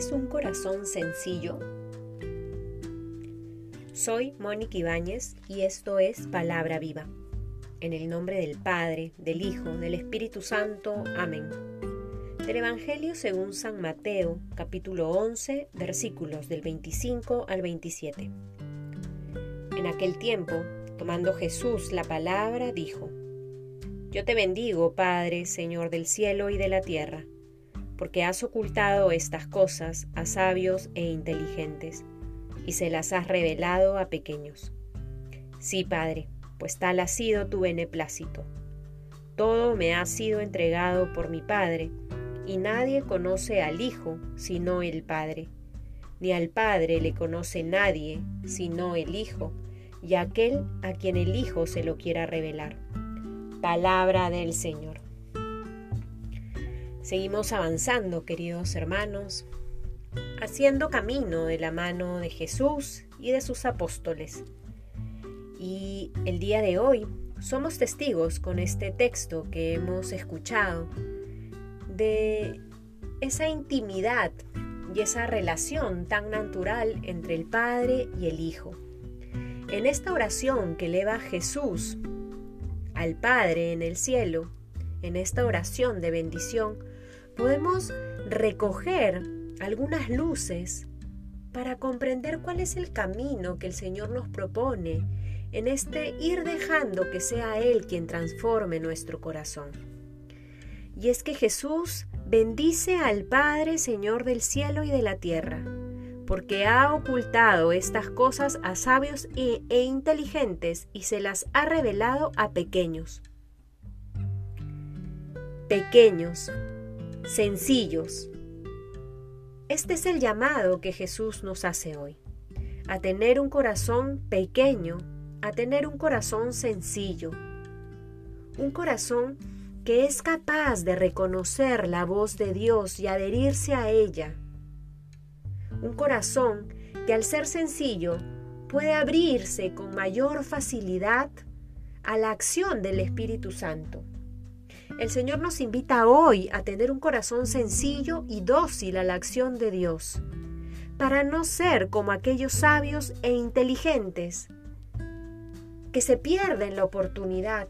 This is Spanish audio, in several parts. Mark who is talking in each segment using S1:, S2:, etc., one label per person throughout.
S1: ¿Tienes un corazón sencillo? Soy Mónica Ibáñez y esto es Palabra Viva. En el nombre del Padre, del Hijo, del Espíritu Santo. Amén. Del Evangelio según San Mateo, capítulo 11, versículos del 25 al 27. En aquel tiempo, tomando Jesús la palabra, dijo: Yo te bendigo, Padre, Señor del cielo y de la tierra, porque has ocultado estas cosas a sabios e inteligentes, y se las has revelado a pequeños. Sí, Padre, pues tal ha sido tu beneplácito. Todo me ha sido entregado por mi Padre, y nadie conoce al Hijo sino el Padre, ni al Padre le conoce nadie sino el Hijo, y aquel a quien el Hijo se lo quiera revelar. Palabra del Señor. Seguimos avanzando, queridos hermanos, haciendo camino de la mano de Jesús y de sus apóstoles. Y el día de hoy somos testigos con este texto que hemos escuchado de esa intimidad y esa relación tan natural entre el Padre y el Hijo. En esta oración que eleva Jesús al Padre en el cielo, en esta oración de bendición, podemos recoger algunas luces para comprender cuál es el camino que el Señor nos propone en este ir dejando que sea Él quien transforme nuestro corazón. Y es que Jesús bendice al Padre, Señor del cielo y de la tierra, porque ha ocultado estas cosas a sabios e inteligentes y se las ha revelado a pequeños. Pequeños, sencillos. Este es el llamado que Jesús nos hace hoy, a tener un corazón pequeño, a tener un corazón sencillo, un corazón que es capaz de reconocer la voz de Dios y adherirse a ella, un corazón que al ser sencillo puede abrirse con mayor facilidad a la acción del Espíritu Santo. El Señor nos invita hoy a tener un corazón sencillo y dócil a la acción de Dios, para no ser como aquellos sabios e inteligentes que se pierden la oportunidad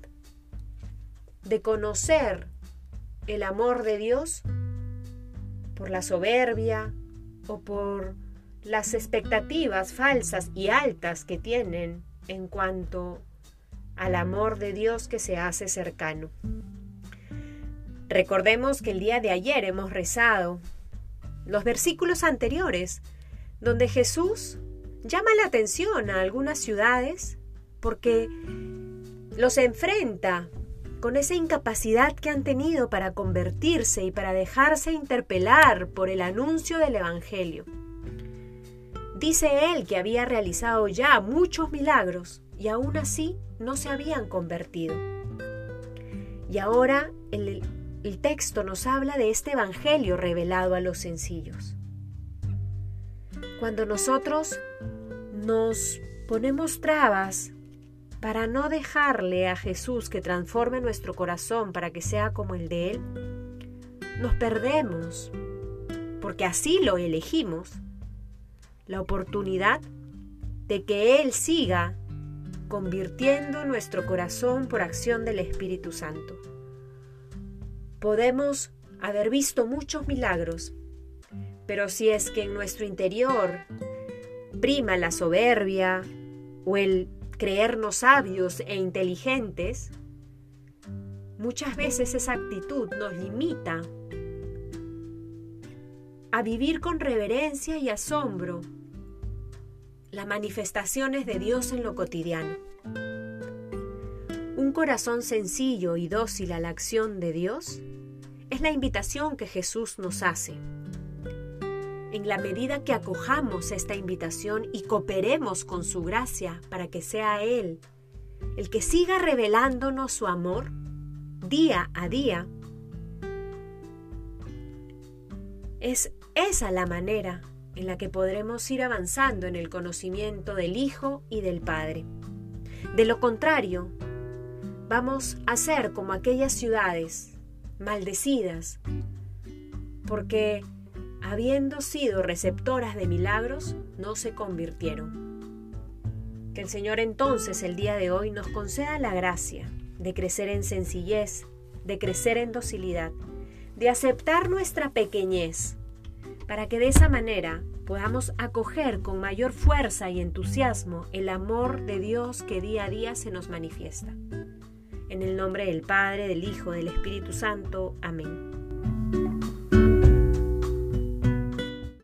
S1: de conocer el amor de Dios por la soberbia o por las expectativas falsas y altas que tienen en cuanto al amor de Dios que se hace cercano. Recordemos que el día de ayer hemos rezado los versículos anteriores, donde Jesús llama la atención a algunas ciudades porque los enfrenta con esa incapacidad que han tenido para convertirse y para dejarse interpelar por el anuncio del Evangelio. Dice él que había realizado ya muchos milagros y aún así no se habían convertido. Y ahora el texto nos habla de este Evangelio revelado a los sencillos. Cuando nosotros nos ponemos trabas para no dejarle a Jesús que transforme nuestro corazón para que sea como el de Él, nos perdemos, porque así lo elegimos, la oportunidad de que Él siga convirtiendo nuestro corazón por acción del Espíritu Santo. Podemos haber visto muchos milagros, pero si es que en nuestro interior prima la soberbia o el creernos sabios e inteligentes, muchas veces esa actitud nos limita a vivir con reverencia y asombro las manifestaciones de Dios en lo cotidiano. Un corazón sencillo y dócil a la acción de Dios es la invitación que Jesús nos hace. En la medida que acojamos esta invitación y cooperemos con su gracia para que sea Él el que siga revelándonos su amor día a día, es esa la manera en la que podremos ir avanzando en el conocimiento del Hijo y del Padre. De lo contrario, vamos a ser como aquellas ciudades maldecidas, porque habiendo sido receptoras de milagros, no se convirtieron. Que el Señor entonces el día de hoy nos conceda la gracia de crecer en sencillez, de crecer en docilidad, de aceptar nuestra pequeñez, para que de esa manera podamos acoger con mayor fuerza y entusiasmo el amor de Dios que día a día se nos manifiesta. En el nombre del Padre, del Hijo, del Espíritu Santo. Amén.